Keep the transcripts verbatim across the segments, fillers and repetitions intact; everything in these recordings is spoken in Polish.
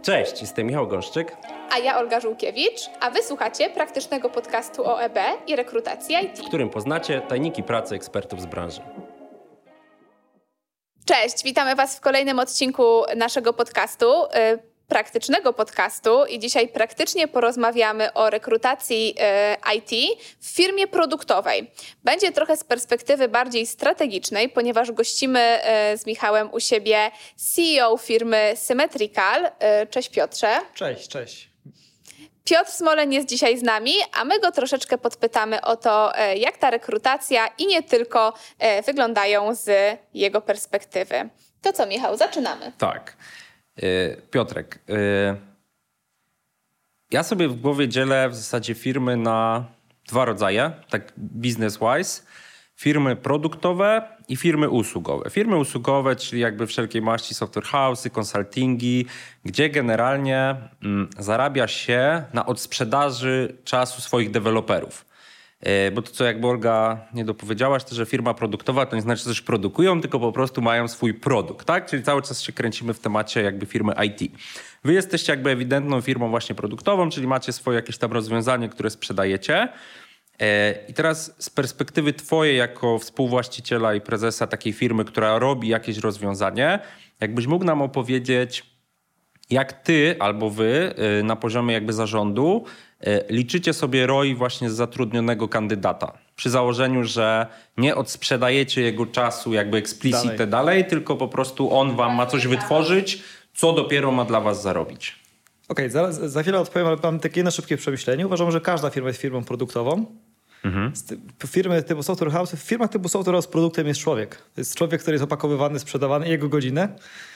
Cześć, jestem Michał Gąszczyk. A ja Olga Żółkiewicz, a wy słuchacie praktycznego podcastu o E B i rekrutacji I T, w którym poznacie tajniki pracy ekspertów z branży. Cześć, witamy was w kolejnym odcinku naszego podcastu, yy, praktycznego podcastu i dzisiaj praktycznie porozmawiamy o rekrutacji yy, I T w firmie produktowej. Będzie trochę z perspektywy bardziej strategicznej, ponieważ gościmy yy, z Michałem u siebie C E O firmy Symmetrical. Yy, cześć Piotrze. Cześć, cześć. Piotr Smoleń jest dzisiaj z nami, a my go troszeczkę podpytamy o to, jak ta rekrutacja i nie tylko wyglądają z jego perspektywy. To co, Michał, zaczynamy. Tak. Piotrek, ja sobie w głowie dzielę w zasadzie firmy na dwa rodzaje, tak business-wise. Firmy produktowe i firmy usługowe. Firmy usługowe, czyli jakby wszelkiej maści software house'y, consultingi, gdzie generalnie mm, zarabia się na odsprzedaży czasu swoich deweloperów. Yy, bo to, co jakby Olga nie dopowiedziałaś, to że firma produktowa to nie znaczy, że coś produkują, tylko po prostu mają swój produkt, tak? Czyli cały czas się kręcimy w temacie jakby firmy I T. Wy jesteście jakby ewidentną firmą właśnie produktową, czyli macie swoje jakieś tam rozwiązanie, które sprzedajecie. I teraz z perspektywy twojej jako współwłaściciela i prezesa takiej firmy, która robi jakieś rozwiązanie, jakbyś mógł nam opowiedzieć, jak ty albo wy na poziomie jakby zarządu liczycie sobie R O I właśnie z zatrudnionego kandydata. Przy założeniu, że nie odsprzedajecie jego czasu jakby explicite dalej. dalej, tylko po prostu on wam ma coś wytworzyć, co dopiero ma dla was zarobić. Okej, okay, za, za chwilę odpowiem, ale mam takie jedno szybkie przemyślenie. Uważam, że każda firma jest firmą produktową. Mhm. Firmy typu software house, w firmach typu software house produktem jest człowiek. To jest człowiek, który jest opakowywany, sprzedawany i jego godzinę.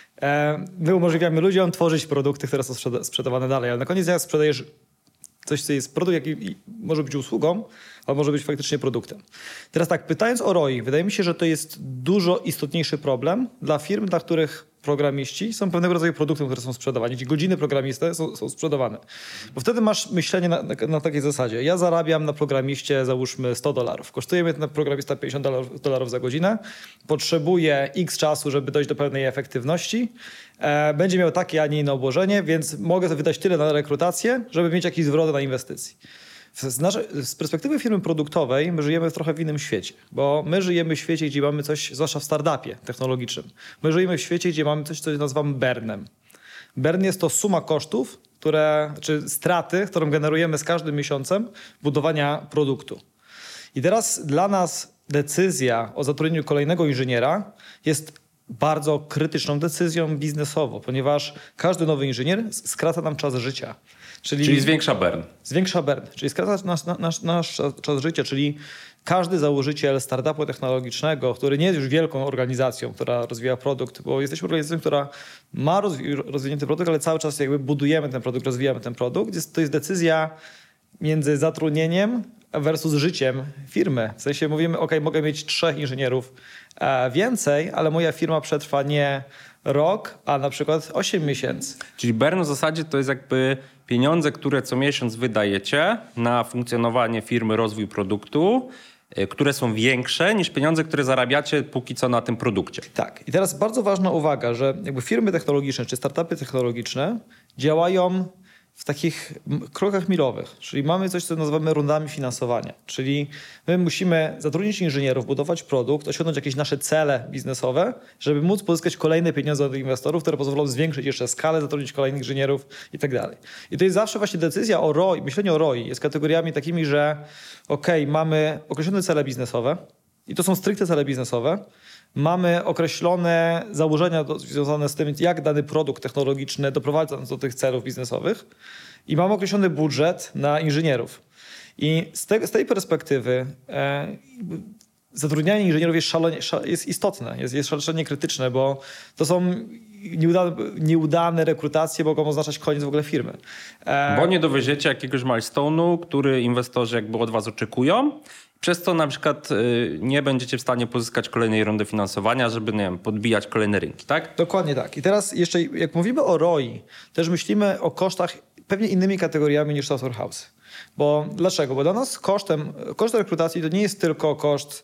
My umożliwiamy ludziom tworzyć produkty, które są sprzedawane dalej, ale na koniec dnia sprzedajesz coś, co jest produkt, jaki może być usługą, ale może być faktycznie produktem. Teraz tak, pytając o R O I, wydaje mi się, że to jest dużo istotniejszy problem dla firm, dla których programiści są pewnego rodzaju produktem, które są sprzedawane. Ci godziny programisty są, są sprzedawane. Bo wtedy masz myślenie na, na, na takiej zasadzie. Ja zarabiam na programiście załóżmy sto dolarów. Kosztuje mnie ten programista pięćdziesiąt dolarów za godzinę. Potrzebuje X czasu, żeby dojść do pewnej efektywności. E, będzie miał takie, a nie inne obłożenie, więc mogę wydać tyle na rekrutację, żeby mieć jakiś zwrot na inwestycji. Z, nasze, z perspektywy firmy produktowej my żyjemy w trochę w innym świecie, bo my żyjemy w świecie, gdzie mamy coś, zwłaszcza w startupie technologicznym, my żyjemy w świecie, gdzie mamy coś, co nazywamy burnem. Burn jest to suma kosztów, które, czy straty, którą generujemy z każdym miesiącem budowania produktu. I teraz dla nas decyzja o zatrudnieniu kolejnego inżyniera jest bardzo krytyczną decyzją biznesową, ponieważ każdy nowy inżynier skraca nam czas życia. Czyli, czyli zwiększa burn. Zwiększa burn, czyli skraca nasz, nasz, nasz czas życia, czyli każdy założyciel startupu technologicznego, który nie jest już wielką organizacją, która rozwija produkt, bo jesteśmy organizacją, która ma rozwi- rozwinięty produkt, ale cały czas jakby budujemy ten produkt, rozwijamy ten produkt. Jest, to jest decyzja między zatrudnieniem versus życiem firmy. W sensie mówimy, ok, mogę mieć trzech inżynierów e, więcej, ale moja firma przetrwa nie rok, a na przykład osiem miesięcy. Czyli burn w zasadzie to jest jakby pieniądze, które co miesiąc wydajecie na funkcjonowanie firmy, rozwój produktu, które są większe niż pieniądze, które zarabiacie póki co na tym produkcie. Tak. I teraz bardzo ważna uwaga, że jakby firmy technologiczne czy startupy technologiczne działają w takich krokach milowych, czyli mamy coś, co nazywamy rundami finansowania, czyli my musimy zatrudnić inżynierów, budować produkt, osiągnąć jakieś nasze cele biznesowe, żeby móc pozyskać kolejne pieniądze od inwestorów, które pozwolą zwiększyć jeszcze skalę, zatrudnić kolejnych inżynierów i tak dalej. I to jest zawsze właśnie decyzja o R O I, myślenie o R O I jest kategoriami takimi, że okej, okay, mamy określone cele biznesowe i to są stricte cele biznesowe, mamy określone założenia do, związane z tym, jak dany produkt technologiczny doprowadza nas do tych celów biznesowych i mamy określony budżet na inżynierów. I z, te, z tej perspektywy e, zatrudnianie inżynierów jest, szalenie, szale, jest istotne, jest, jest szalenie krytyczne, bo to są nieudane, nieudane rekrutacje, mogą oznaczać koniec w ogóle firmy. E, bo nie dowieziecie jakiegoś milestone'u, który inwestorzy jakby od was oczekują. Przez to na przykład y, nie będziecie w stanie pozyskać kolejnej rundy finansowania, żeby nie wiem, podbijać kolejne rynki, tak? Dokładnie tak. I teraz jeszcze jak mówimy o R O I, też myślimy o kosztach pewnie innymi kategoriami niż software house. Bo dlaczego? Bo dla nas kosztem, koszt rekrutacji to nie jest tylko koszt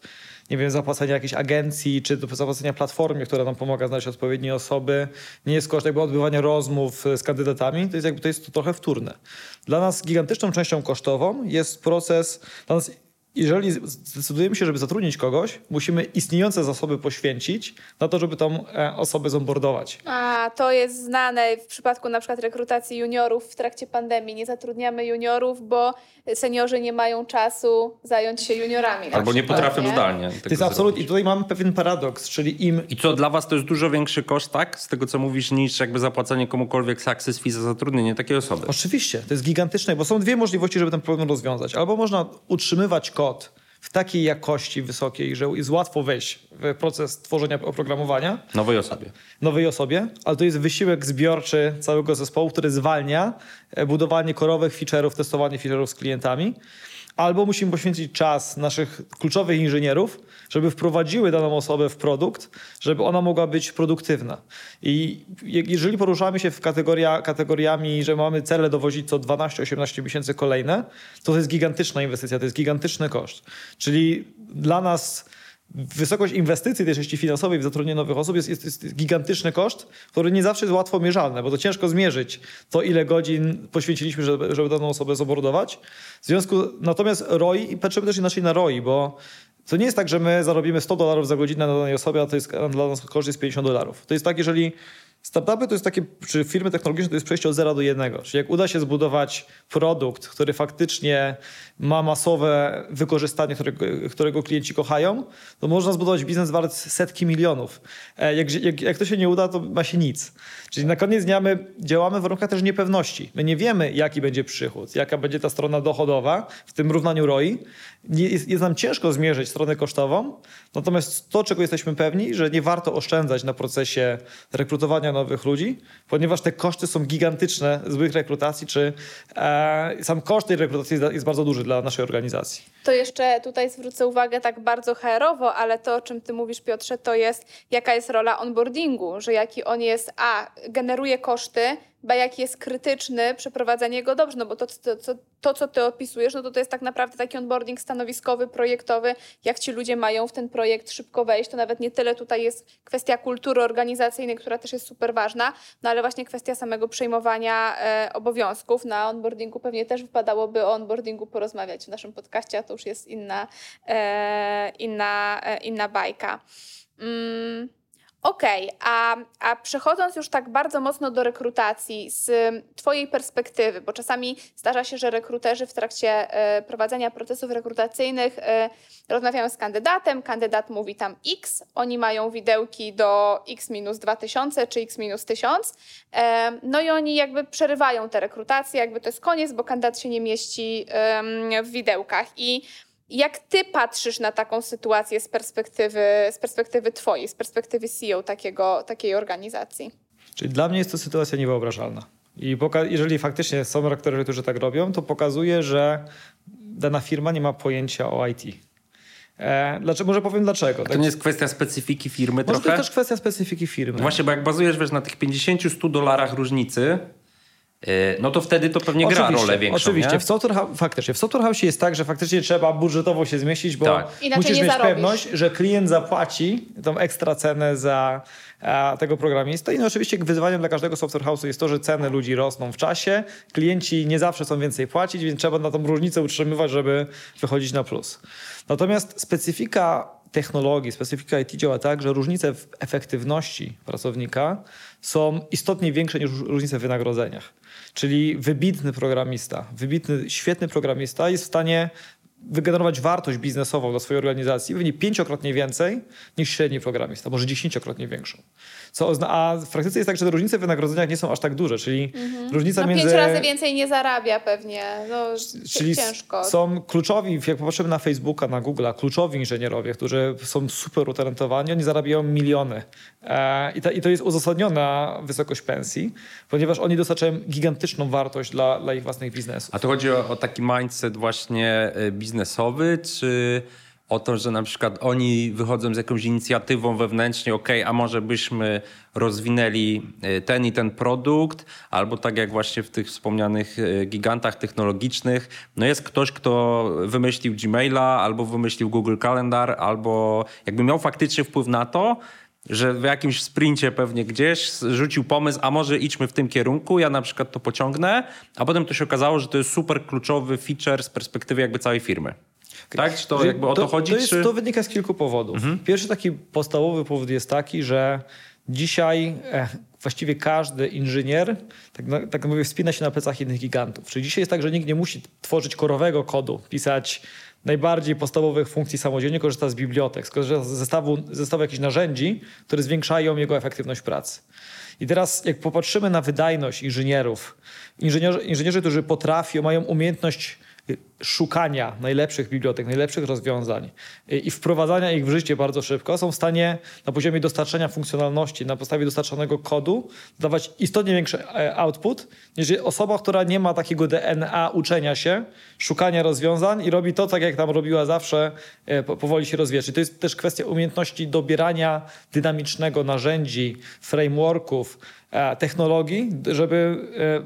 nie wiem, zapłacenia jakiejś agencji, czy do zapłacenia platformie, która nam pomaga znaleźć odpowiednie osoby. Nie jest koszt jakby odbywania rozmów z kandydatami, to jest jakby to jest to trochę wtórne. Dla nas gigantyczną częścią kosztową jest proces, dla nas jeżeli zdecydujemy się, żeby zatrudnić kogoś, musimy istniejące zasoby poświęcić na to, żeby tą osobę zonboardować. A, to jest znane w przypadku na przykład rekrutacji juniorów w trakcie pandemii. Nie zatrudniamy juniorów, bo seniorzy nie mają czasu zająć się juniorami. Albo nie potrafią nie? zdalnie. To jest absolutnie. I tutaj mamy pewien paradoks, czyli im... I co, dla was to jest dużo większy koszt, tak? Z tego, co mówisz, niż jakby zapłacenie komukolwiek success fee za zatrudnienie takiej osoby. Oczywiście, to jest gigantyczne, bo są dwie możliwości, żeby ten problem rozwiązać. Albo można utrzymywać kod w takiej jakości wysokiej, że jest łatwo wejść w proces tworzenia oprogramowania. Nowej osobie. Nowej osobie, ale to jest wysiłek zbiorczy całego zespołu, który zwalnia budowanie korowych feature'ów, testowanie feature'ów z klientami. Albo musimy poświęcić czas naszych kluczowych inżynierów, żeby wprowadziły daną osobę w produkt, żeby ona mogła być produktywna. I jeżeli poruszamy się w kategoria, kategoriami, że mamy cele dowozić co dwanaście osiemnaście miesięcy kolejne, to to jest gigantyczna inwestycja, to jest gigantyczny koszt. Czyli dla nas wysokość inwestycji tej części finansowej w zatrudnienie nowych osób jest, jest, jest gigantyczny koszt, który nie zawsze jest łatwo mierzalny, bo to ciężko zmierzyć to, ile godzin poświęciliśmy, żeby, żeby daną osobę zabordować. W związku, natomiast R O I, i patrzymy też inaczej na R O I, bo to nie jest tak, że my zarobimy sto dolarów za godzinę na danej osobie, a to jest dla nas koszt jest pięćdziesiąt dolarów. To jest tak, jeżeli startupy to jest takie, czy firmy technologiczne to jest przejście od zera do jednego. Czyli jak uda się zbudować produkt, który faktycznie ma masowe wykorzystanie, którego, którego klienci kochają, to można zbudować biznes wart setki milionów. Jak, jak, jak to się nie uda, to ma się nic. Czyli na koniec dnia my działamy w warunkach też niepewności. My nie wiemy, jaki będzie przychód, jaka będzie ta strona dochodowa w tym równaniu R O I. Nie, jest, jest nam ciężko zmierzyć stronę kosztową, natomiast to, czego jesteśmy pewni, że nie warto oszczędzać na procesie rekrutowania nowych ludzi, ponieważ te koszty są gigantyczne złych rekrutacji, czy e, sam koszt tej rekrutacji jest bardzo duży dla naszej organizacji. To jeszcze tutaj zwrócę uwagę tak bardzo H R-owo, ale to, o czym ty mówisz, Piotrze, to jest jaka jest rola onboardingu, że jaki on jest, a, generuje koszty, B, jaki jest krytyczny, przeprowadzenie go dobrze, no bo to, to, to, to, co ty opisujesz, no to to jest tak naprawdę taki onboarding stanowiskowy, projektowy, jak ci ludzie mają w ten projekt szybko wejść, to nawet nie tyle tutaj jest kwestia kultury organizacyjnej, która też jest super ważna, no ale właśnie kwestia samego przejmowania e, obowiązków. Na onboardingu pewnie też wypadałoby o onboardingu porozmawiać w naszym podcaście, a to już jest inna, e, inna, e, inna bajka. Mm. Okej, okay, a, a przechodząc już tak bardzo mocno do rekrutacji z twojej perspektywy, bo czasami zdarza się, że rekruterzy w trakcie e, prowadzenia procesów rekrutacyjnych e, rozmawiają z kandydatem, kandydat mówi tam X, oni mają widełki do X minus dwa tysiące czy X minus tysiąc, e, no i oni jakby przerywają te rekrutacje, jakby to jest koniec, bo kandydat się nie mieści e, w widełkach. I jak ty patrzysz na taką sytuację z perspektywy, z perspektywy twojej, z perspektywy C E O takiego, takiej organizacji? Czyli dla mnie jest to sytuacja niewyobrażalna. I poka- jeżeli faktycznie są rekruterzy, którzy tak robią, to pokazuje, że dana firma nie ma pojęcia o I T. E, dlaczego? Może powiem dlaczego. To tak? nie jest kwestia specyfiki firmy Może trochę? to jest też kwestia specyfiki firmy. Właśnie, bo jak bazujesz wiesz, na tych pięćdziesięciu stu dolarach różnicy, no to wtedy to pewnie gra oczywiście, rolę większą. Oczywiście. Nie? W software, faktycznie. W Software House jest tak, że faktycznie trzeba budżetowo się zmieścić, bo tak. musisz mieć zarobisz. pewność, że klient zapłaci tą ekstra cenę za a, tego programistę. I no oczywiście wyzwaniem dla każdego Software House'u jest to, że ceny ludzi rosną w czasie. Klienci nie zawsze chcą więcej płacić, więc trzeba na tą różnicę utrzymywać, żeby wychodzić na plus. Natomiast specyfika technologii, specyfika I T działa tak, że różnice w efektywności pracownika są istotnie większe niż różnice w wynagrodzeniach. Czyli wybitny programista, wybitny, świetny programista jest w stanie wygenerować wartość biznesową dla swojej organizacji pewnie pięciokrotnie więcej niż średni programista, może dziesięciokrotnie większą. Co ozna- a w praktyce jest tak, że te różnice w wynagrodzeniach nie są aż tak duże, czyli mhm. różnica no, między... pięć razy więcej nie zarabia pewnie, no, czyli ciężko. Są kluczowi, jak popatrzymy na Facebooka, na Google'a, kluczowi inżynierowie, którzy są super utalentowani, oni zarabiają miliony. E, i, ta, I to jest uzasadniona wysokość pensji, ponieważ oni dostarczają gigantyczną wartość dla, dla ich własnych biznesów. A to chodzi o, o taki mindset właśnie biznesowy, czy o to, że na przykład oni wychodzą z jakąś inicjatywą wewnętrznie, okej, okay, a może byśmy rozwinęli ten i ten produkt, albo tak jak właśnie w tych wspomnianych gigantach technologicznych, no jest ktoś, kto wymyślił Gmaila, albo wymyślił Google Calendar, albo jakby miał faktycznie wpływ na to, że w jakimś sprincie pewnie gdzieś rzucił pomysł, a może idźmy w tym kierunku, ja na przykład to pociągnę, a potem to się okazało, że to jest super kluczowy feature z perspektywy jakby całej firmy. Tak? Czy to jakby o to, to chodzi? To, jest, czy... to wynika z kilku powodów. Mhm. Pierwszy taki podstawowy powód jest taki, że dzisiaj e, właściwie każdy inżynier tak, na, tak mówię, wspina się na plecach innych gigantów. Czyli dzisiaj jest tak, że nikt nie musi tworzyć korowego kodu, pisać najbardziej podstawowych funkcji samodzielnie, korzysta z bibliotek, korzysta z zestawu, zestawu jakichś narzędzi, które zwiększają jego efektywność pracy. I teraz jak popatrzymy na wydajność inżynierów, inżynierzy, inżynierzy którzy potrafią, mają umiejętność szukania najlepszych bibliotek, najlepszych rozwiązań i wprowadzania ich w życie bardzo szybko, są w stanie na poziomie dostarczenia funkcjonalności, na podstawie dostarczonego kodu dawać istotnie większy output niż osoba, która nie ma takiego D N A uczenia się, szukania rozwiązań i robi to tak, jak tam robiła zawsze, powoli się rozwija. Czyli to jest też kwestia umiejętności dobierania dynamicznego narzędzi, frameworków, technologii, żeby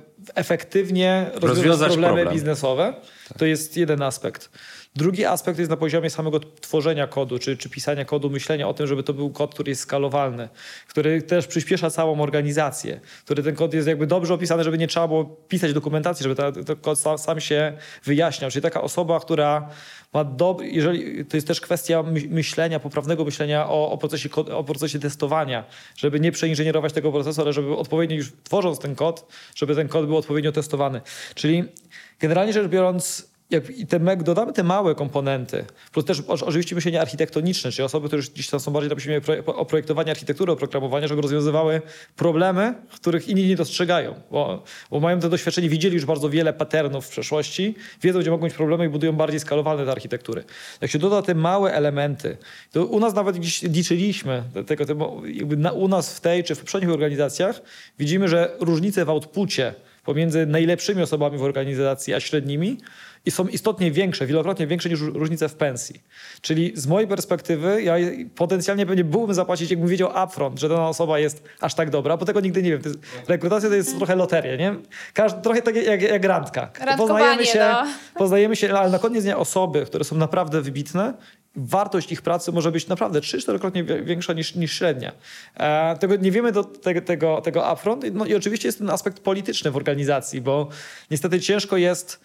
efektywnie rozwiązać, rozwiązać problemy problem. biznesowe. Tak. To jest jeden aspekt. Drugi aspekt jest na poziomie samego tworzenia kodu, czy, czy pisania kodu, myślenia o tym, żeby to był kod, który jest skalowalny, który też przyspiesza całą organizację, który ten kod jest jakby dobrze opisany, żeby nie trzeba było pisać dokumentacji, żeby ten kod sam, sam się wyjaśniał. Czyli taka osoba, która ma dobry, jeżeli to jest też kwestia myślenia, poprawnego myślenia o, o, procesie, o procesie testowania, żeby nie przeinżynierować tego procesu, ale żeby odpowiednio już tworząc ten kod, żeby ten kod był odpowiednio testowany. Czyli generalnie rzecz biorąc, jak te, dodamy te małe komponenty, plus też oczywiście myślenie architektoniczne, czyli osoby, które już gdzieś tam są bardziej na poziomie oprojektowania architektury, oprogramowania, żeby rozwiązywały problemy, których inni nie dostrzegają, bo, bo mają to doświadczenie, widzieli już bardzo wiele patternów w przeszłości, wiedzą, gdzie mogą być problemy i budują bardziej skalowalne te architektury. Jak się doda te małe elementy, to u nas nawet gdzieś liczyliśmy, tego, tego, jakby na, u nas w tej czy w poprzednich organizacjach widzimy, że różnice w outpucie pomiędzy najlepszymi osobami w organizacji a średnimi i są istotnie większe, wielokrotnie większe niż różnice w pensji. Czyli z mojej perspektywy ja potencjalnie pewnie byłbym zapłacić, jakbym wiedział upfront, że dana osoba jest aż tak dobra, bo tego nigdy nie wiem. To jest, rekrutacja to jest trochę loteria, nie? Każdy, trochę tak jak, jak randka. Poznajemy się, no. poznajemy się, ale na koniec dnia osoby, które są naprawdę wybitne, wartość ich pracy może być naprawdę trzy czterokrotnie większa niż, niż średnia. E, tego nie wiemy do tego, tego, tego upfront. No i oczywiście jest ten aspekt polityczny w organizacji, bo niestety ciężko jest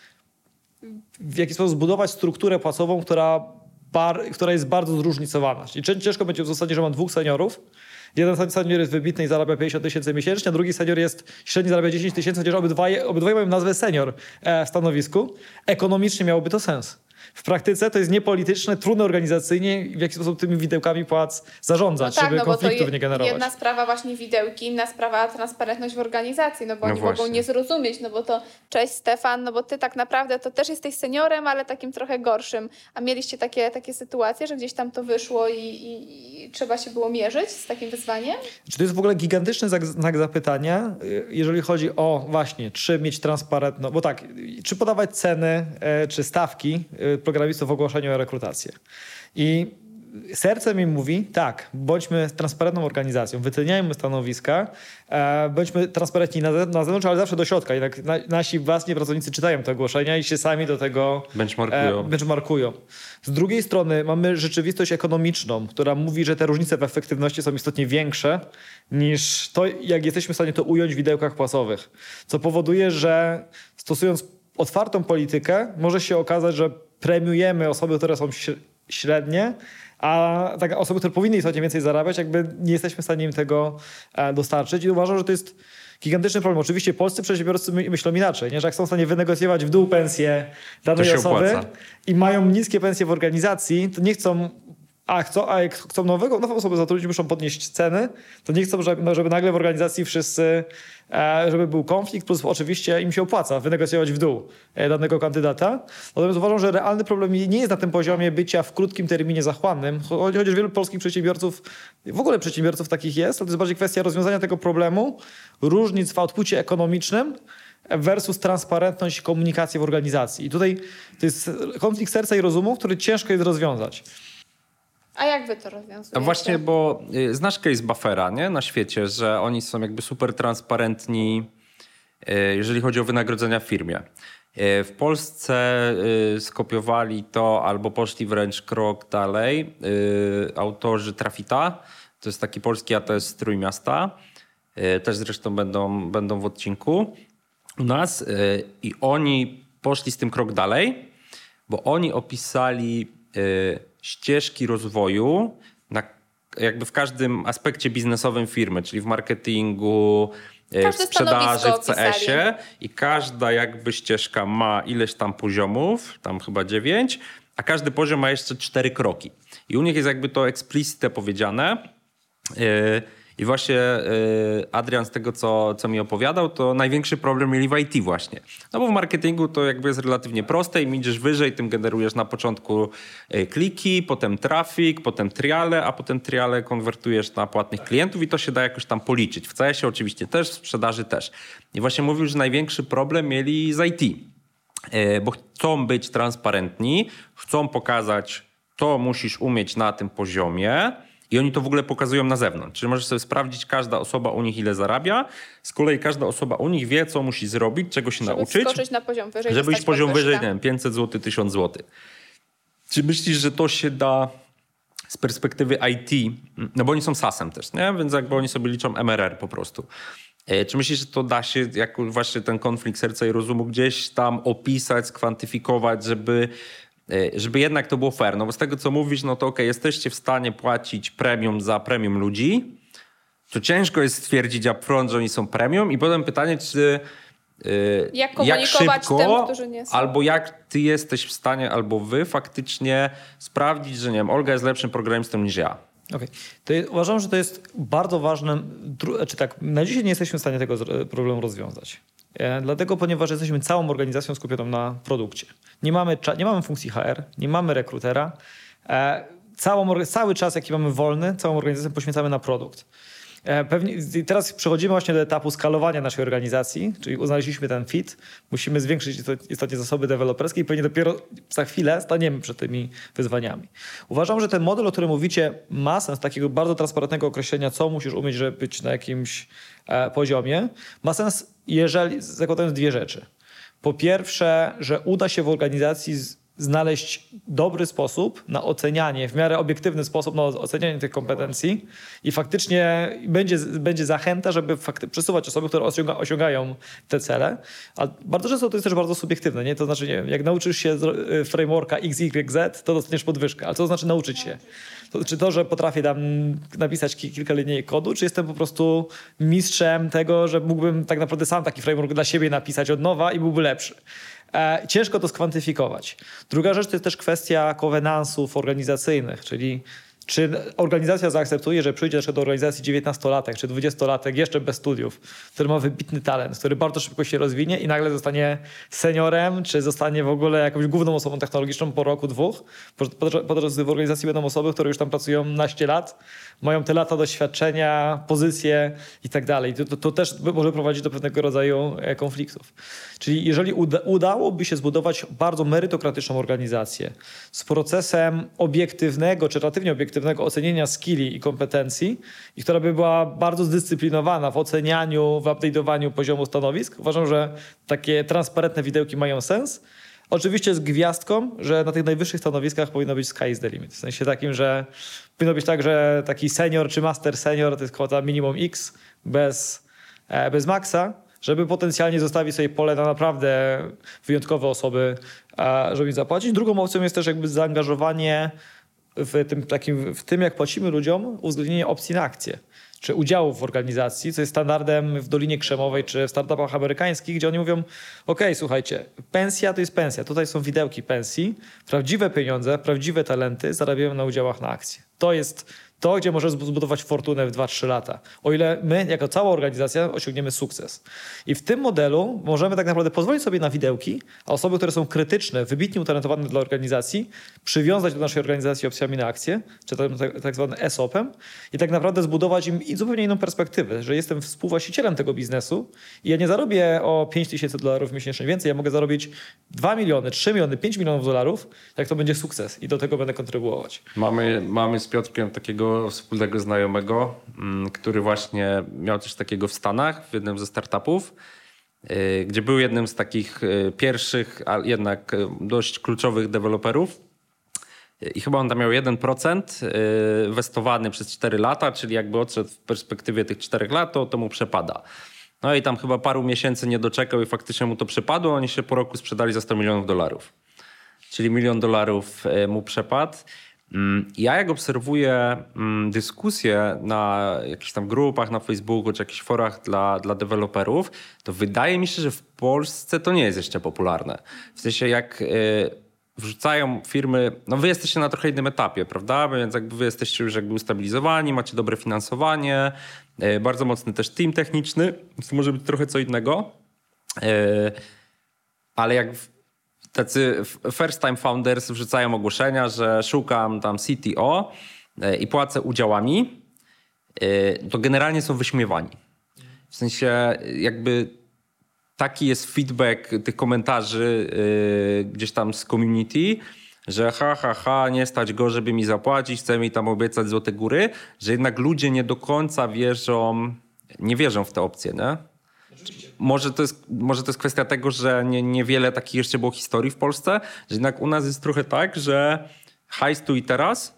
w jakiś sposób zbudować strukturę płacową, która, bar, która jest bardzo zróżnicowana. Czyli ciężko będzie w zasadzie, że mam dwóch seniorów. Jeden senior jest wybitny i zarabia pięćdziesiąt tysięcy miesięcznie, a drugi senior jest średni, zarabia dziesięć tysięcy, chociaż obydwoje, obydwoje mają nazwę senior w stanowisku. Ekonomicznie miałoby to sens. W praktyce to jest niepolityczne, trudne organizacyjnie, w jaki sposób tymi widełkami płac zarządzać, no tak, żeby no konfliktów nie generować. Jedna sprawa właśnie widełki, inna sprawa transparentność w organizacji, no bo no oni właśnie. mogą nie zrozumieć, no bo to cześć Stefan, no bo ty tak naprawdę to też jesteś seniorem, ale takim trochę gorszym. A mieliście takie, takie sytuacje, że gdzieś tam to wyszło i, i, i trzeba się było mierzyć z takim wyzwaniem? Czy to jest w ogóle gigantyczny znak zapytania, jeżeli chodzi o właśnie, czy mieć transparentność, bo tak, czy podawać ceny, czy stawki programistów w ogłoszeniu o rekrutację. I serce mi mówi, tak, bądźmy transparentną organizacją, wyceniajmy stanowiska, e, bądźmy transparentni na, na zewnątrz, ale zawsze do środka. Jednak na, nasi własni pracownicy czytają te ogłoszenia i się sami do tego benchmarkują. E, benchmarkują. Z drugiej strony mamy rzeczywistość ekonomiczną, która mówi, że te różnice w efektywności są istotnie większe niż to, jak jesteśmy w stanie to ująć w widełkach płacowych. Co powoduje, że stosując otwartą politykę może się okazać, że premiujemy osoby, które są średnie, a tak osoby, które powinny istotnie więcej zarabiać, jakby nie jesteśmy w stanie im tego dostarczyć. I uważam, że to jest gigantyczny problem. Oczywiście polscy przedsiębiorcy myślą inaczej, nie? Że jak są w stanie wynegocjować w dół pensję danej osoby opłaca. I mają niskie pensje w organizacji, to nie chcą, a, chcą, a jak chcą nowego, nową osobę zatrudnić, muszą podnieść ceny, to nie chcą, żeby, żeby nagle w organizacji wszyscy, żeby był konflikt, plus oczywiście im się opłaca wynegocjować w dół danego kandydata. Natomiast uważam, że realny problem nie jest na tym poziomie bycia w krótkim terminie zachłannym, chociaż wielu polskich przedsiębiorców, w ogóle przedsiębiorców takich jest, to jest bardziej kwestia rozwiązania tego problemu, różnic w outpucie ekonomicznym versus transparentność komunikacji w organizacji. I tutaj to jest konflikt serca i rozumu, który ciężko jest rozwiązać. A jak wy to rozwiązujecie? A właśnie, bo y, znasz case Buffera, nie? Na świecie, że oni są jakby super transparentni, y, jeżeli chodzi o wynagrodzenia w firmie. Y, w Polsce y, skopiowali to albo poszli wręcz krok dalej. Y, autorzy Trafita, to jest taki polski A T S z Trójmiasta, y, też zresztą będą, będą w odcinku u nas. Y, I oni poszli z tym krok dalej, bo oni opisali y, ścieżki rozwoju na, jakby w każdym aspekcie biznesowym firmy, czyli w marketingu, Każde w sprzedaży, w C S ie opisali. i każda jakby ścieżka ma ileś tam poziomów, tam chyba dziewięć, a każdy poziom ma jeszcze cztery kroki. I u nich jest jakby to explicite powiedziane. Yy, I właśnie yy, Adrian z tego, co, co mi opowiadał, to największy problem mieli w I T właśnie. No bo w marketingu to jakby jest relatywnie proste. Im idziesz wyżej, tym generujesz na początku yy, kliki, potem traffic, potem triale, a potem triale konwertujesz na płatnych klientów i to się da jakoś tam policzyć. W C S ie oczywiście też, w sprzedaży też. I właśnie mówił, że największy problem mieli z I T. Yy, bo chcą być transparentni, chcą pokazać, to musisz umieć na tym poziomie. I oni to w ogóle pokazują na zewnątrz. Czyli możesz sobie sprawdzić, każda osoba u nich ile zarabia. Z kolei każda osoba u nich wie, co musi zrobić, czego się żeby nauczyć. Skoczyć na poziom wyżej. Żeby iść poziom podwyżkę. wyżej, nie wiem, pięćset złotych, tysiąc złotych. Czy myślisz, że to się da z perspektywy I T? No bo oni są sasem też, nie? Więc jakby oni sobie liczą M R R po prostu. Czy myślisz, że to da się, jak właśnie ten konflikt serca i rozumu gdzieś tam opisać, skwantyfikować, żeby... żeby jednak to było fair, no bo z tego, co mówisz, no to okej, okay, jesteście w stanie płacić premium za premium ludzi, to ciężko jest stwierdzić upfront, że oni są premium i potem pytanie, czy yy, jak komunikować jak szybko, tym, którzy nie są. Albo jak ty jesteś w stanie, albo wy faktycznie sprawdzić, że nie wiem, Olga jest lepszym programistą niż ja. Okay. To jest, uważam, że to jest bardzo ważne, czy tak, na dzisiaj nie jesteśmy w stanie tego problemu rozwiązać. E, dlatego, ponieważ jesteśmy całą organizacją skupioną na produkcie. Nie mamy, nie mamy funkcji H R, nie mamy rekrutera. E, całą, cały czas, jaki mamy wolny, całą organizację poświęcamy na produkt. E, pewnie, teraz przechodzimy właśnie do etapu skalowania naszej organizacji, czyli uznaleźliśmy ten fit. Musimy zwiększyć istotnie zasoby deweloperskie i pewnie dopiero za chwilę staniemy przed tymi wyzwaniami. Uważam, że ten model, o którym mówicie, ma sens takiego bardzo transparentnego określenia, co musisz umieć, żeby być na jakimś e, poziomie. Ma sens, jeżeli zakładając dwie rzeczy. Po pierwsze, że uda się w organizacji z, znaleźć dobry sposób na ocenianie, w miarę obiektywny sposób na ocenianie tych kompetencji i faktycznie będzie, będzie zachęta, żeby fakty, przesuwać osoby, które osiąga, osiągają te cele. A bardzo często to jest też bardzo subiektywne. Nie? To znaczy, nie wiem, jak nauczysz się frameworka X Y Z, to dostaniesz podwyżkę. Ale co to znaczy nauczyć się? To, czy to, że potrafię tam napisać kilka linii kodu, czy jestem po prostu mistrzem tego, że mógłbym tak naprawdę sam taki framework dla siebie napisać od nowa i byłby lepszy. E, ciężko to skwantyfikować. Druga rzecz to jest też kwestia kowenansów organizacyjnych, czyli czy organizacja zaakceptuje, że przyjdzie do organizacji dziewiętnastolatek czy dwudziestolatek jeszcze bez studiów, który ma wybitny talent, który bardzo szybko się rozwinie i nagle zostanie seniorem, czy zostanie w ogóle jakąś główną osobą technologiczną po roku, dwóch. Podczas gdy w organizacji będą osoby, które już tam pracują naście lat, mają te lata doświadczenia, pozycje i tak dalej. To, to, to też może prowadzić do pewnego rodzaju konfliktów. Czyli jeżeli uda, udałoby się zbudować bardzo merytokratyczną organizację z procesem obiektywnego, czy relatywnie obiektywnego ocenienia skilli i kompetencji i która by była bardzo zdyscyplinowana w ocenianiu, w update'owaniu poziomu stanowisk, uważam, że takie transparentne widełki mają sens. Oczywiście z gwiazdką, że na tych najwyższych stanowiskach powinno być sky is the limit. W sensie takim, że powinno być tak, że taki senior czy master senior to jest kwota minimum X bez, bez maksa, żeby potencjalnie zostawić sobie pole na naprawdę wyjątkowe osoby, żeby im zapłacić. Drugą opcją jest też jakby zaangażowanie w tym, takim, w tym, jak płacimy ludziom, uwzględnienie opcji na akcje, czy udziałów w organizacji, co jest standardem w Dolinie Krzemowej, czy w startupach amerykańskich, gdzie oni mówią, ok, słuchajcie, pensja to jest pensja, tutaj są widełki pensji, prawdziwe pieniądze, prawdziwe talenty zarabiają na udziałach na akcje. To jest to, gdzie możesz zbudować fortunę w dwa trzy lata. O ile my, jako cała organizacja, osiągniemy sukces. I w tym modelu możemy tak naprawdę pozwolić sobie na widełki, a osoby, które są krytyczne, wybitnie utalentowane dla organizacji, przywiązać do naszej organizacji opcjami na akcje, czy tak, tak, tak zwanym E S O P-em i tak naprawdę zbudować im zupełnie inną perspektywę, że jestem współwłaścicielem tego biznesu i ja nie zarobię o pięć tysięcy dolarów miesięcznie więcej, ja mogę zarobić dwa miliony, trzy miliony, pięć milionów dolarów, jak to będzie sukces i do tego będę kontrybuować. Mamy, mamy z Piotrkiem takiego wspólnego znajomego, który właśnie miał coś takiego w Stanach, w jednym ze startupów, gdzie był jednym z takich pierwszych, a jednak dość kluczowych deweloperów. I chyba on tam miał jeden procent inwestowany przez cztery lata, czyli jakby odszedł w perspektywie tych czterech lat, to, to mu przepada. No i tam chyba paru miesięcy nie doczekał i faktycznie mu to przepadło. Oni się po roku sprzedali za sto milionów dolarów. Czyli milion dolarów mu przepadł. Ja jak obserwuję dyskusje na jakichś tam grupach na Facebooku czy jakichś forach dla, dla deweloperów, to wydaje mi się, że w Polsce to nie jest jeszcze popularne. W sensie jak wrzucają firmy, no wy jesteście na trochę innym etapie, prawda? Więc jakby wy jesteście już jakby ustabilizowani, macie dobre finansowanie, bardzo mocny też team techniczny, więc to może być trochę co innego. Ale jak tacy first time founders wrzucają ogłoszenia, że szukam tam C T O i płacę udziałami, to generalnie są wyśmiewani. W sensie jakby taki jest feedback tych komentarzy gdzieś tam z community, że ha, ha, ha, nie stać go, żeby mi zapłacić, chce mi tam obiecać złote góry, że jednak ludzie nie do końca wierzą, nie wierzą w te opcje, nie? Może to jest, może to jest kwestia tego, że nie, niewiele takich jeszcze było historii w Polsce, że jednak u nas jest trochę tak, że hajs tu i teraz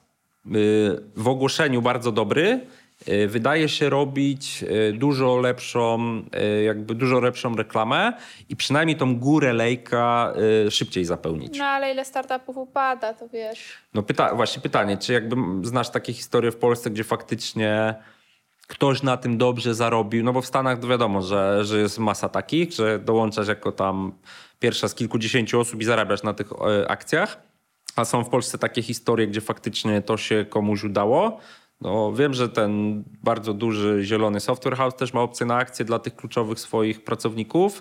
w ogłoszeniu bardzo dobry wydaje się robić dużo lepszą, jakby dużo lepszą reklamę i przynajmniej tą górę lejka szybciej zapełnić. No ale ile startupów upada, to wiesz. No pyta, właśnie pytanie, czy jakby znasz takie historie w Polsce, gdzie faktycznie ktoś na tym dobrze zarobił, no bo w Stanach to wiadomo, że, że jest masa takich, że dołączasz jako tam pierwsza z kilkudziesięciu osób i zarabiasz na tych akcjach, a są w Polsce takie historie, gdzie faktycznie to się komuś udało. No wiem, że ten bardzo duży zielony software house też ma opcję na akcje dla tych kluczowych swoich pracowników.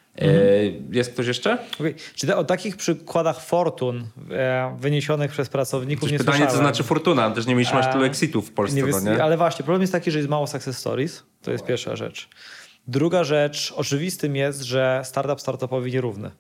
Mhm. Jest ktoś jeszcze? Okay. Czy o takich przykładach fortun e, wyniesionych przez pracowników Przecież nie pytanie, słyszałem. co znaczy fortuna? Też nie mieliśmy aż tylu exitów w Polsce. Nie wys- no, nie? Ale właśnie, problem jest taki, że jest mało success stories. To jest pierwsza rzecz. Druga rzecz, oczywistym jest, że startup startupowi nierówny.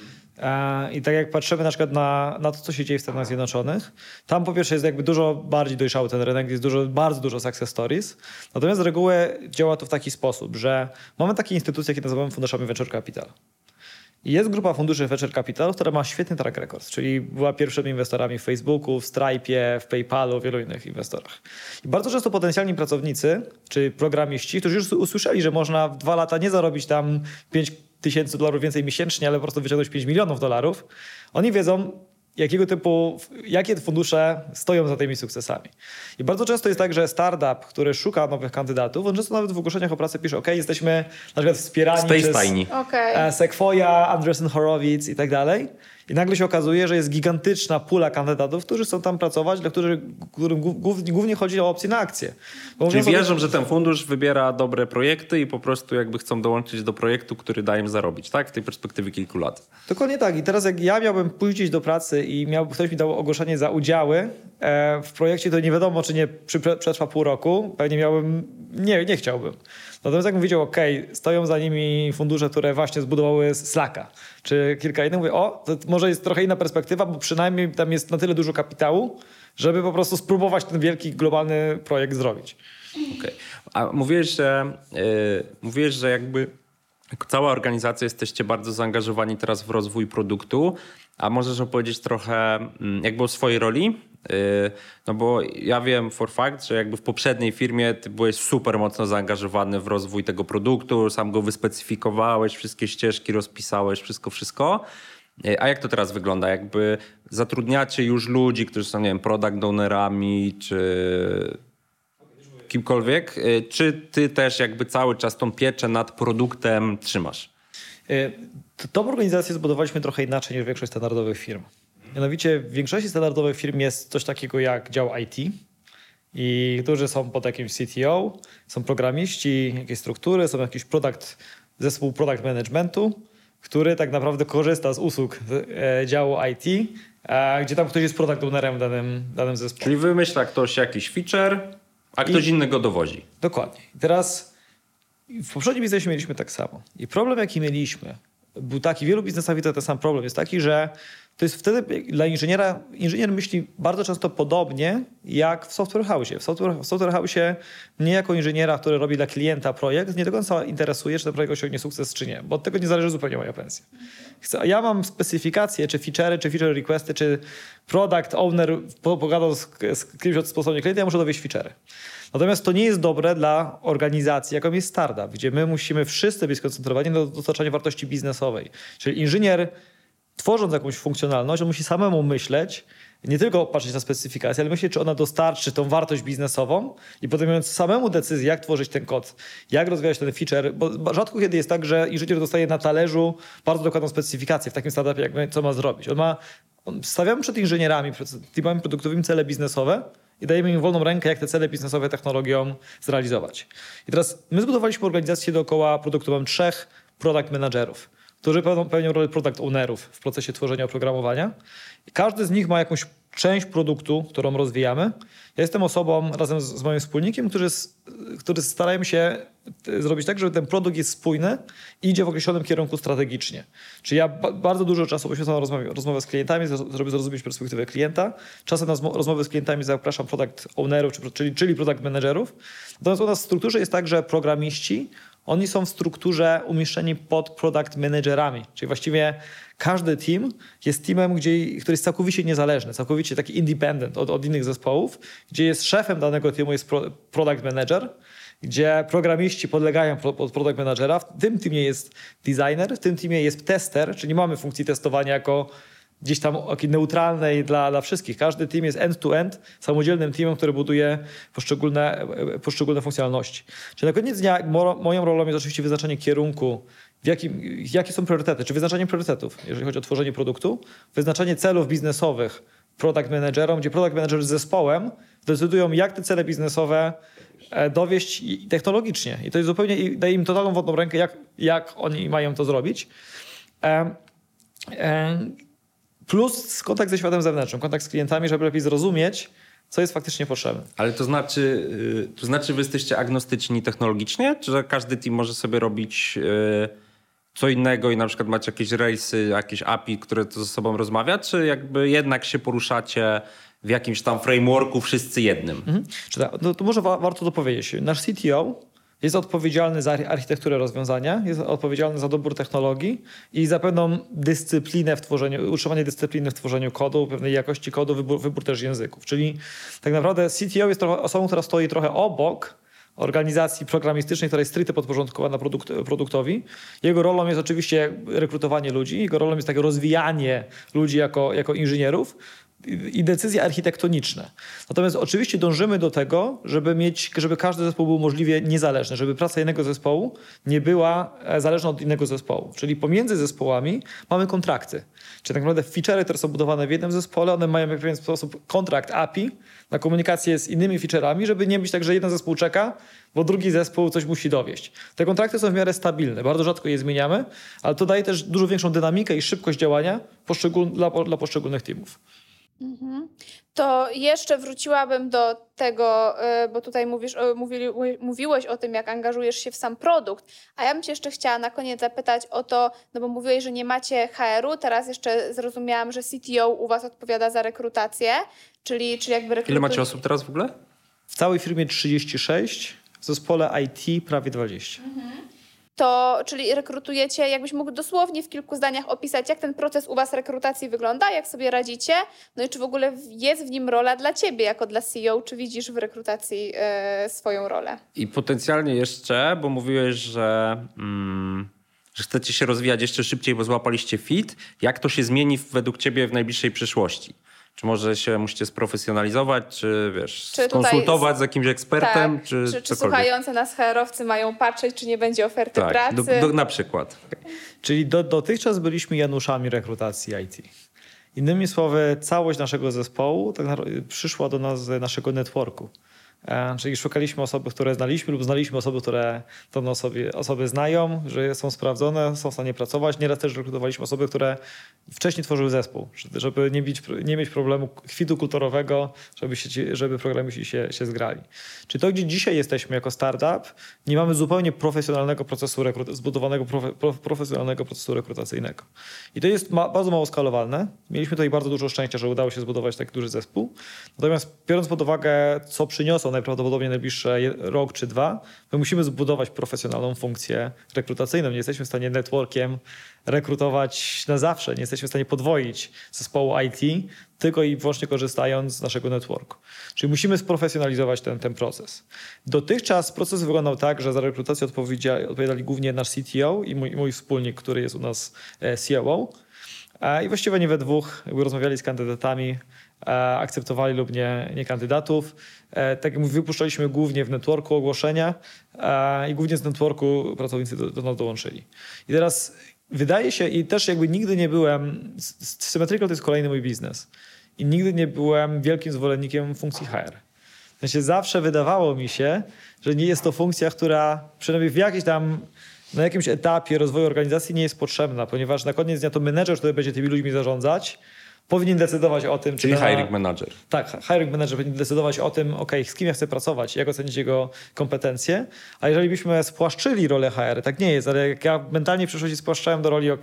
E, I tak jak patrzymy na przykład na, na to, co się dzieje w Stanach Zjednoczonych, tam po pierwsze jest jakby dużo bardziej dojrzały ten rynek, jest dużo, bardzo dużo success stories. Natomiast z reguły działa to w taki sposób, że mamy takie instytucje, jakie nazywamy funduszami venture capital. I jest grupa funduszy venture capital, która ma świetny track record, czyli była pierwszymi inwestorami w Facebooku, w Stripe'ie, w PayPalu, w wielu innych inwestorach. I bardzo często potencjalni pracownicy, czy programiści, którzy już usłyszeli, że można w dwa lata nie zarobić tam pięć tysięcy dolarów więcej miesięcznie, ale po prostu wyciągnąć pięć milionów dolarów, oni wiedzą, jakiego typu, jakie fundusze stoją za tymi sukcesami. I bardzo często jest tak, że startup, który szuka nowych kandydatów, on często nawet w ogłoszeniach o pracę pisze, ok, jesteśmy na przykład wspierani Space przez Tiny. Okay. Sequoia, Andreessen Horowitz i tak dalej. I nagle się okazuje, że jest gigantyczna pula kandydatów, którzy chcą tam pracować, dla których, którym głównie, głównie chodzi o opcje na akcje. Bo Czyli wierzą, sobie, że ten fundusz wybiera dobre projekty i po prostu jakby chcą dołączyć do projektu, który da im zarobić, tak? W tej perspektywie kilku lat. Dokładnie tak. I teraz jak ja miałbym pójść gdzieś do pracy i miał, ktoś mi dał ogłoszenie za udziały e, w projekcie, to nie wiadomo, czy nie przy, przetrwa pół roku. Pewnie miałbym, nie, nie chciałbym. Natomiast jakbym wiedział, ok, stoją za nimi fundusze, które właśnie zbudowały Slacka, czy kilka innych, mówię, o, to może jest trochę inna perspektywa, bo przynajmniej tam jest na tyle dużo kapitału, żeby po prostu spróbować ten wielki, globalny projekt zrobić. Okay. A mówiłeś, że, yy, mówiłeś, że jakby jako cała organizacja jesteście bardzo zaangażowani teraz w rozwój produktu, a możesz opowiedzieć trochę jakby o swojej roli? No bo ja wiem for fact, że jakby w poprzedniej firmie ty byłeś super mocno zaangażowany w rozwój tego produktu, sam go wyspecyfikowałeś, wszystkie ścieżki rozpisałeś, wszystko, wszystko. A jak to teraz wygląda? Jakby zatrudniacie już ludzi, którzy są, nie wiem, product ownerami, czy kimkolwiek, czy ty też jakby cały czas tą pieczę nad produktem trzymasz? Tą organizację zbudowaliśmy trochę inaczej niż większość standardowych firm. Mianowicie w większości standardowych firm jest coś takiego jak dział I T i którzy są pod jakimś C T O, są programiści, jakieś struktury, są jakiś product, zespół product managementu, który tak naprawdę korzysta z usług e, działu I T, e, gdzie tam ktoś jest product ownerem w danym, danym zespole. Czyli wymyśla ktoś jakiś feature, a ktoś I... inny go dowozi. Dokładnie. I teraz w poprzednim biznesie mieliśmy tak samo. I problem, jaki mieliśmy, był taki, wielu biznesach to ten sam problem, jest taki, że to jest wtedy dla inżyniera, inżynier myśli bardzo często podobnie jak w software house. W software, w software house mnie jako inżyniera, który robi dla klienta projekt, nie do końca interesuje, czy ten projekt osiągnie sukces, czy nie, bo od tego nie zależy zupełnie moja pensja. Chcę, ja mam specyfikacje, czy feature'y, czy feature requesty, czy product owner pogadał z, z kimś od sposobnie klienta, ja muszę dowieść feature'y. Natomiast to nie jest dobre dla organizacji, jaką jest startup, gdzie my musimy wszyscy być skoncentrowani na dostarczaniu wartości biznesowej. Czyli inżynier, tworząc jakąś funkcjonalność, on musi samemu myśleć, nie tylko patrzeć na specyfikację, ale myśleć, czy ona dostarczy tą wartość biznesową i podejmując samemu decyzję, jak tworzyć ten kod, jak rozwijać ten feature, bo rzadko kiedy jest tak, że inżynier dostaje na talerzu bardzo dokładną specyfikację w takim startupie, jak my, co ma zrobić. On ma, on, stawiamy przed inżynierami, przed teamami produktowymi cele biznesowe i dajemy im wolną rękę, jak te cele biznesowe technologią zrealizować. I teraz my zbudowaliśmy organizację dookoła produktu. Mam trzech product managerów, którzy pełnią, pełnią rolę product ownerów w procesie tworzenia oprogramowania. I każdy z nich ma jakąś część produktu, którą rozwijamy. Ja jestem osobą razem z, z moim wspólnikiem, którzy, który starajmy się zrobić tak, żeby ten produkt jest spójny i idzie w określonym kierunku strategicznie. Czyli ja ba bardzo dużo czasu poświęcam na rozmowę, rozmowę z klientami, żeby zrozumieć perspektywę klienta. Czasem na rozmowy z klientami zapraszam product ownerów, czyli, czyli product managerów. Natomiast u nas w strukturze jest tak, że programiści oni są w strukturze umieszczeni pod product managerami, czyli właściwie każdy team jest teamem, gdzie, który jest całkowicie niezależny, całkowicie taki independent od, od innych zespołów, gdzie jest szefem danego teamu jest pro, product manager, gdzie programiści podlegają pod product managera. W tym teamie jest designer, w tym teamie jest tester, czyli nie mamy funkcji testowania jako gdzieś tam neutralnej dla, dla wszystkich. Każdy team jest end-to-end, samodzielnym teamem, który buduje poszczególne, poszczególne funkcjonalności. Czyli na koniec dnia moją rolą jest oczywiście wyznaczenie kierunku, w jakim, jakie są priorytety, czy wyznaczanie priorytetów, jeżeli chodzi o tworzenie produktu, wyznaczanie celów biznesowych product managerom, gdzie product manager z zespołem decydują, jak te cele biznesowe dowieść technologicznie. I to jest zupełnie, i daje im totalną wodną rękę, jak, jak oni mają to zrobić. Um, um, Plus kontakt ze światem zewnętrznym, kontakt z klientami, żeby lepiej zrozumieć, co jest faktycznie potrzebne. Ale to znaczy, to znaczy wy jesteście agnostyczni technologicznie? Czy że każdy team może sobie robić co innego i na przykład macie jakieś rejsy, jakieś A P I, które to ze sobą rozmawia? Czy jakby jednak się poruszacie w jakimś tam frameworku wszyscy jednym? Mhm. No to może wa warto to powiedzieć. Nasz C T O jest odpowiedzialny za architekturę rozwiązania, jest odpowiedzialny za dobór technologii i za pewną dyscyplinę w tworzeniu, utrzymanie dyscypliny w tworzeniu kodu, pewnej jakości kodu, wybór, wybór też języków. Czyli tak naprawdę C T O jest trochę osobą, która stoi trochę obok organizacji programistycznej, która jest stricte podporządkowana produkt, produktowi. Jego rolą jest oczywiście rekrutowanie ludzi, jego rolą jest takie rozwijanie ludzi jako, jako inżynierów i decyzje architektoniczne. Natomiast oczywiście dążymy do tego, żeby mieć, żeby każdy zespół był możliwie niezależny, żeby praca jednego zespołu nie była zależna od innego zespołu. Czyli pomiędzy zespołami mamy kontrakty. Czyli tak naprawdę feature'y, które są budowane w jednym zespole, one mają w pewien sposób kontrakt A P I na komunikację z innymi feature'ami, żeby nie być tak, że jeden zespół czeka, bo drugi zespół coś musi dowieść. Te kontrakty są w miarę stabilne, bardzo rzadko je zmieniamy, ale to daje też dużo większą dynamikę i szybkość działania poszczegól dla, dla poszczególnych teamów. Mhm. To jeszcze wróciłabym do tego, bo tutaj mówisz, mówili, mówiłeś o tym, jak angażujesz się w sam produkt, a ja bym cię jeszcze chciała na koniec zapytać o to, no bo mówiłeś, że nie macie H R u, teraz jeszcze zrozumiałam, że C T O u was odpowiada za rekrutację, czyli, czyli jakby rekrutu... Ile macie osób teraz w ogóle? W całej firmie trzydzieści sześć, w zespole I T prawie dwadzieścia. Mhm. To, czyli rekrutujecie, jakbyś mógł dosłownie w kilku zdaniach opisać, jak ten proces u was rekrutacji wygląda, jak sobie radzicie, no i czy w ogóle jest w nim rola dla ciebie jako dla C E O, czy widzisz w rekrutacji e, swoją rolę? I potencjalnie jeszcze, bo mówiłeś, że, mm, że chcecie się rozwijać jeszcze szybciej, bo złapaliście fit. Jak to się zmieni według ciebie w najbliższej przyszłości? Czy może się musicie sprofesjonalizować, czy wiesz, czy skonsultować z jakimś ekspertem, tak, czy Czy, czy słuchający nas H R owcy mają patrzeć, czy nie będzie oferty tak, pracy? Do, do, na przykład. Czyli do, dotychczas byliśmy Januszami rekrutacji I T. Innymi słowy, całość naszego zespołu tak przyszła do nas z naszego networku. Czyli szukaliśmy osoby, które znaliśmy lub znaliśmy osoby, które te osoby, osoby znają, że są sprawdzone, są w stanie pracować. Nieraz też rekrutowaliśmy osoby, które wcześniej tworzyły zespół, żeby nie mieć, nie mieć problemu chwitu kulturowego, żeby, się, żeby programiści się, się zgrali. Czyli to, gdzie dzisiaj jesteśmy jako startup, nie mamy zupełnie profesjonalnego procesu rekrut- zbudowanego profe- prof- profesjonalnego procesu rekrutacyjnego. I to jest ma- bardzo mało skalowalne. Mieliśmy tutaj bardzo dużo szczęścia, że udało się zbudować tak duży zespół. Natomiast biorąc pod uwagę, co przyniosą najprawdopodobniej najbliższe rok czy dwa, my musimy zbudować profesjonalną funkcję rekrutacyjną. Nie jesteśmy w stanie networkiem rekrutować na zawsze. Nie jesteśmy w stanie podwoić zespołu I T tylko i wyłącznie korzystając z naszego networku. Czyli musimy sprofesjonalizować ten, ten proces. Dotychczas proces wyglądał tak, że za rekrutację odpowiadali głównie nasz C T O i mój, mój wspólnik, który jest u nas C O O. I właściwie nie we dwóch jakby rozmawiali z kandydatami, akceptowali lub nie, nie kandydatów. Tak jak mówię, wypuszczaliśmy głównie w networku ogłoszenia i głównie z networku pracownicy do, do nas dołączyli. I teraz wydaje się, i też jakby nigdy nie byłem, Symmetrical to jest kolejny mój biznes i nigdy nie byłem wielkim zwolennikiem funkcji H R. W sensie zawsze wydawało mi się, że nie jest to funkcja, która przynajmniej w jakiejś tam na jakimś etapie rozwoju organizacji nie jest potrzebna, ponieważ na koniec dnia to menedżer, który będzie tymi ludźmi zarządzać, powinien decydować o tym, Czyli czy... Czyli hiring manager. Tak, hiring manager powinien decydować o tym, ok, z kim ja chcę pracować, jak ocenić jego kompetencje, a jeżeli byśmy spłaszczyli rolę H R, tak nie jest, ale jak ja mentalnie w przyszłości spłaszczałem do roli ok,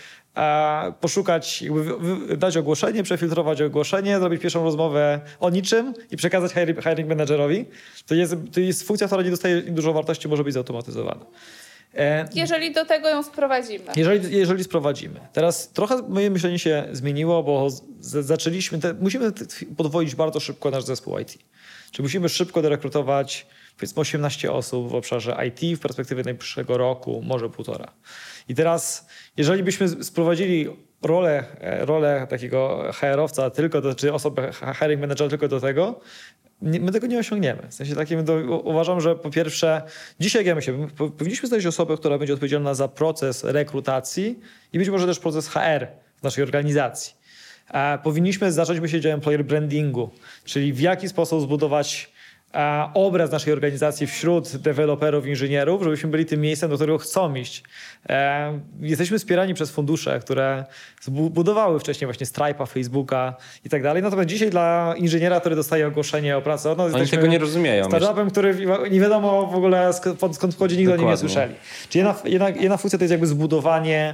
a poszukać, jakby dać ogłoszenie, przefiltrować ogłoszenie, zrobić pierwszą rozmowę o niczym i przekazać hiring, hiring managerowi, to jest, to jest funkcja, która nie dostaje dużo wartości, może być zautomatyzowana. Jeżeli do tego ją sprowadzimy. Jeżeli, jeżeli sprowadzimy. Teraz trochę moje myślenie się zmieniło, bo z, zaczęliśmy, te, musimy podwoić bardzo szybko nasz zespół I T. Czyli musimy szybko dorekrutować powiedzmy osiemnaście osób w obszarze I T w perspektywie najbliższego roku, może półtora. I teraz, jeżeli byśmy sprowadzili rolę, rolę takiego H R-owca tylko do, czy osobę hiring managera tylko do tego, nie, my tego nie osiągniemy. W sensie takim do, uważam, że po pierwsze, dzisiaj jak ja myślę, powinniśmy znaleźć osobę, która będzie odpowiedzialna za proces rekrutacji i być może też proces H R w naszej organizacji. A powinniśmy zacząć myśleć o employer brandingu, czyli w jaki sposób zbudować a, obraz naszej organizacji wśród deweloperów, inżynierów, żebyśmy byli tym miejscem, do którego chcą iść. E, jesteśmy wspierani przez fundusze, które budowały wcześniej właśnie Stripe'a, Facebooka i tak dalej. Natomiast dzisiaj dla inżyniera, który dostaje ogłoszenie o pracę, no, oni tego nie rozumieją. Startupem, który nie wiadomo w ogóle skąd, skąd wchodzi, nigdy o nim nie słyszeli. Czyli jedna, jedna, jedna funkcja to jest jakby zbudowanie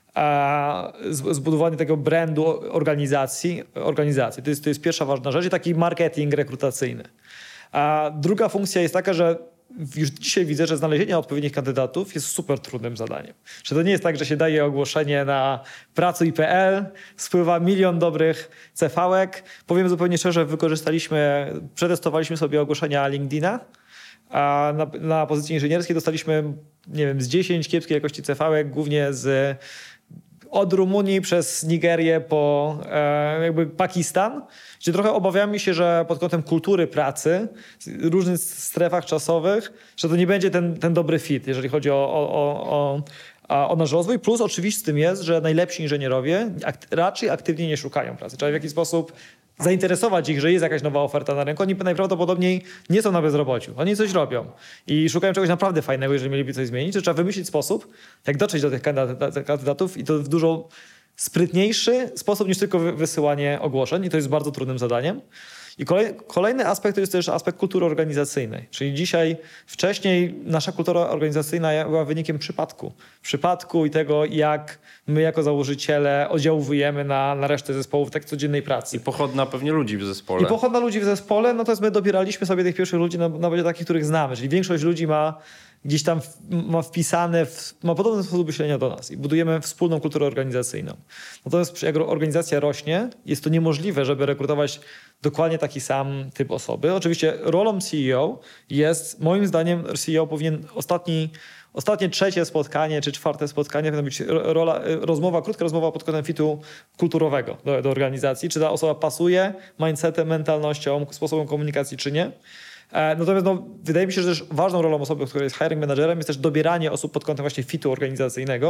zbudowanie tego brandu organizacji. organizacji. To jest, to jest pierwsza ważna rzecz i taki marketing rekrutacyjny. A druga funkcja jest taka, że już dzisiaj widzę, że znalezienie odpowiednich kandydatów jest super trudnym zadaniem. Że to nie jest tak, że się daje ogłoszenie na pracuj kropka p l, spływa milion dobrych C V-ek. Powiem zupełnie szczerze, wykorzystaliśmy, przetestowaliśmy sobie ogłoszenia LinkedIna, a na, na pozycji inżynierskiej dostaliśmy, nie wiem, z dziesięć kiepskiej jakości C V-ek, głównie z od Rumunii przez Nigerię po e, jakby Pakistan. Gdzie trochę obawiamy się, że pod kątem kultury pracy w różnych strefach czasowych, że to nie będzie ten, ten dobry fit, jeżeli chodzi o, o, o, o, o nasz rozwój. Plus oczywiście z tym jest, że najlepsi inżynierowie ak- raczej aktywnie nie szukają pracy. Trzeba w jakiś sposób zainteresować ich, że jest jakaś nowa oferta na rynku. Oni najprawdopodobniej nie są na bezrobociu. Oni coś robią i szukają czegoś naprawdę fajnego, jeżeli mieliby coś zmienić. To trzeba wymyślić sposób, jak dotrzeć do tych kandydatów i to w dużo sprytniejszy sposób niż tylko wysyłanie ogłoszeń i to jest bardzo trudnym zadaniem. I kolej, kolejny aspekt to jest też aspekt kultury organizacyjnej. Czyli dzisiaj, wcześniej nasza kultura organizacyjna była wynikiem przypadku. Przypadku i tego, jak my jako założyciele oddziałujemy na, na resztę zespołów tak codziennej pracy. I pochodna pewnie ludzi w zespole. I pochodna ludzi w zespole, no to jest my dobieraliśmy sobie tych pierwszych ludzi na, na bazie takich, których znamy. Czyli większość ludzi ma gdzieś tam w, ma wpisane, w, ma podobny sposób myślenia do nas i budujemy wspólną kulturę organizacyjną. Natomiast jak organizacja rośnie, jest to niemożliwe, żeby rekrutować dokładnie taki sam typ osoby. Oczywiście rolą C E O jest, moim zdaniem C E O powinien ostatni, ostatnie trzecie spotkanie czy czwarte spotkanie powinna być rola, rozmowa, krótka rozmowa pod kątem fitu kulturowego do, do organizacji. Czy ta osoba pasuje mindsetem, mentalnością, sposobem komunikacji, czy nie. Natomiast no, wydaje mi się, że też ważną rolą osoby, która jest hiring managerem, jest też dobieranie osób pod kątem właśnie fitu organizacyjnego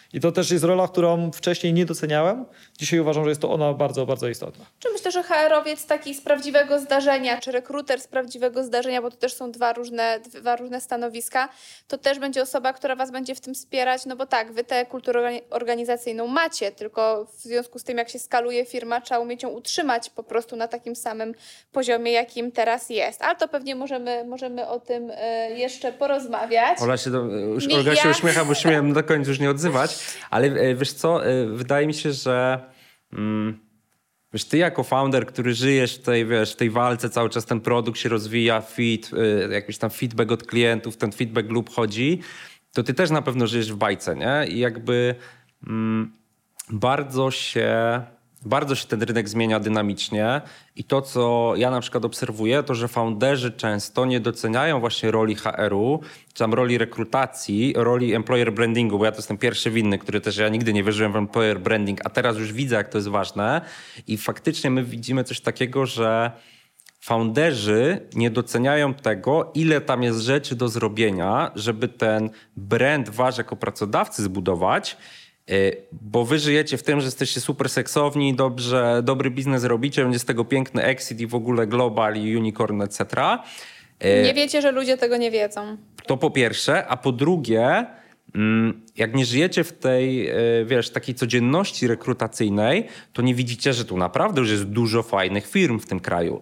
I to też jest rola, którą wcześniej nie doceniałem. Dzisiaj uważam, że jest to ona bardzo, bardzo istotna. Czy myślę, że H R owiec taki z prawdziwego zdarzenia, czy rekruter z prawdziwego zdarzenia, bo to też są dwa różne, dwa różne stanowiska, to też będzie osoba, która was będzie w tym wspierać, no bo tak, wy tę kulturę organizacyjną macie, tylko w związku z tym, jak się skaluje firma, trzeba umieć ją utrzymać po prostu na takim samym poziomie, jakim teraz jest. Ale to pewnie możemy, możemy o tym jeszcze porozmawiać. Ola się, do, już, Mi, Olga ja... się uśmiecha, bo się miałem do końca już nie odzywać, ale wiesz co, wydaje mi się, że mm, wiesz, ty jako founder, który żyjesz w tej, wiesz, w tej walce, cały czas ten produkt się rozwija, feed, jakiś tam feedback od klientów, ten feedback loop chodzi, to ty też na pewno żyjesz w bajce, nie? I jakby mm, bardzo się... Bardzo się ten rynek zmienia dynamicznie i to, co ja na przykład obserwuję, to, że founderzy często nie doceniają właśnie roli H R-u, czy tam roli rekrutacji, roli employer brandingu, bo ja to jestem pierwszy winny, który też, ja nigdy nie wierzyłem w employer branding, a teraz już widzę, jak to jest ważne i faktycznie my widzimy coś takiego, że founderzy nie doceniają tego, ile tam jest rzeczy do zrobienia, żeby ten brand wasz jako pracodawcy zbudować. Bo wy żyjecie w tym, że jesteście super seksowni, dobrze, dobry biznes robicie, będzie z tego piękny exit i w ogóle global i unicorn, et cetera. Nie wiecie, że ludzie tego nie wiedzą. To po pierwsze, a po drugie, jak nie żyjecie w tej, wiesz, takiej codzienności rekrutacyjnej, to nie widzicie, że tu naprawdę już jest dużo fajnych firm w tym kraju.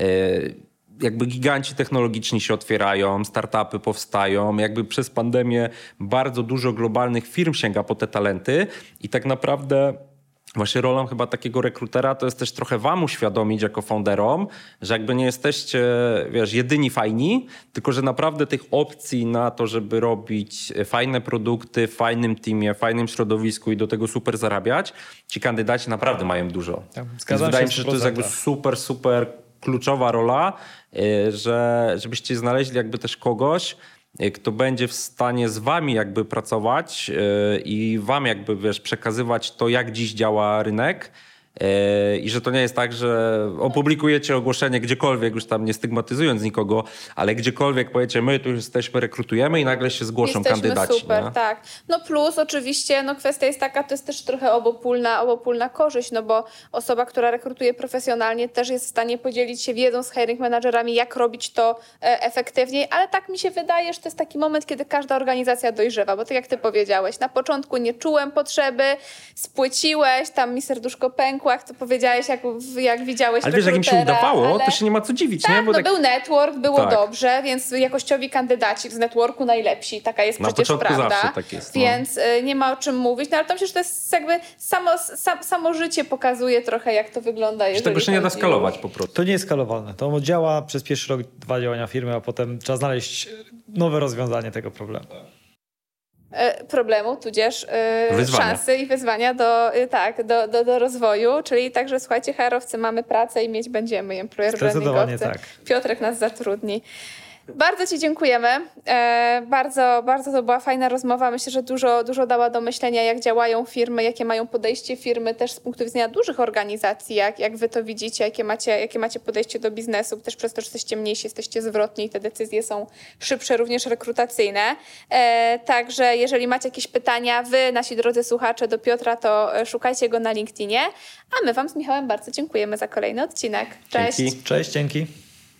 Jakby giganci technologiczni się otwierają, startupy powstają, jakby przez pandemię bardzo dużo globalnych firm sięga po te talenty i tak naprawdę właśnie rolą chyba takiego rekrutera to jest też trochę wam uświadomić jako founderom, że jakby nie jesteście, wiesz, jedyni fajni, tylko że naprawdę tych opcji na to, żeby robić fajne produkty w fajnym teamie, w fajnym środowisku i do tego super zarabiać, ci kandydaci naprawdę mają dużo. Tak, Więc wydaje mi się, że to jest jakby super, super kluczowa rola, że żebyście znaleźli jakby też kogoś, kto będzie w stanie z wami jakby pracować i wam jakby, wiesz, przekazywać to, jak dziś działa rynek. I że to nie jest tak, że opublikujecie ogłoszenie gdziekolwiek, już tam nie stygmatyzując nikogo, ale gdziekolwiek powiecie, my tu jesteśmy, rekrutujemy i nagle się zgłoszą Jesteśmy kandydaci. Super, nie? tak. No plus oczywiście no kwestia jest taka, to jest też trochę obopólna, obopólna korzyść, no bo osoba, która rekrutuje profesjonalnie też jest w stanie podzielić się wiedzą z hiring managerami, jak robić to e, efektywniej, ale tak mi się wydaje, że to jest taki moment, kiedy każda organizacja dojrzewa, bo tak jak ty powiedziałeś, na początku nie czułem potrzeby, spłyciłeś, tam mi serduszko pękło, jak to powiedziałeś, jak, jak widziałeś Ale wiesz, jak im się udawało, ale... to się nie ma co dziwić, tak, nie? Bo no tak... był network, było tak. dobrze, więc jakościowi kandydaci z networku najlepsi, taka jest Na przecież początku prawda. zawsze tak jest, no. Więc y, nie ma o czym mówić, no ale to myślę, że to jest jakby samo, sam, samo życie pokazuje trochę, jak to wygląda, jeżeli Tego się nie da chodzi skalować już. po prostu. To nie jest skalowalne. To działa przez pierwszy rok, dwa działania firmy, a potem trzeba znaleźć nowe rozwiązanie tego problemu. Problemu, tudzież y, Wyzwania. szansy i wyzwania do, y, tak, do, do, do rozwoju, czyli także słuchajcie, H R-owcy, mamy pracę i mieć będziemy, employer Zdecydowanie brandingowcy. tak. Piotrek nas zatrudni. Bardzo ci dziękujemy. E, bardzo, bardzo to była fajna rozmowa. Myślę, że dużo, dużo dała do myślenia, jak działają firmy, jakie mają podejście firmy też z punktu widzenia dużych organizacji, jak, jak wy to widzicie, jakie macie, jakie macie podejście do biznesu. Też przez to, że jesteście mniejsi, jesteście zwrotni i te decyzje są szybsze, również rekrutacyjne. E, także jeżeli macie jakieś pytania, wy, nasi drodzy słuchacze, do Piotra, to szukajcie go na LinkedInie. A my wam z Michałem bardzo dziękujemy za kolejny odcinek. Cześć. Dzięki. Cześć, dzięki.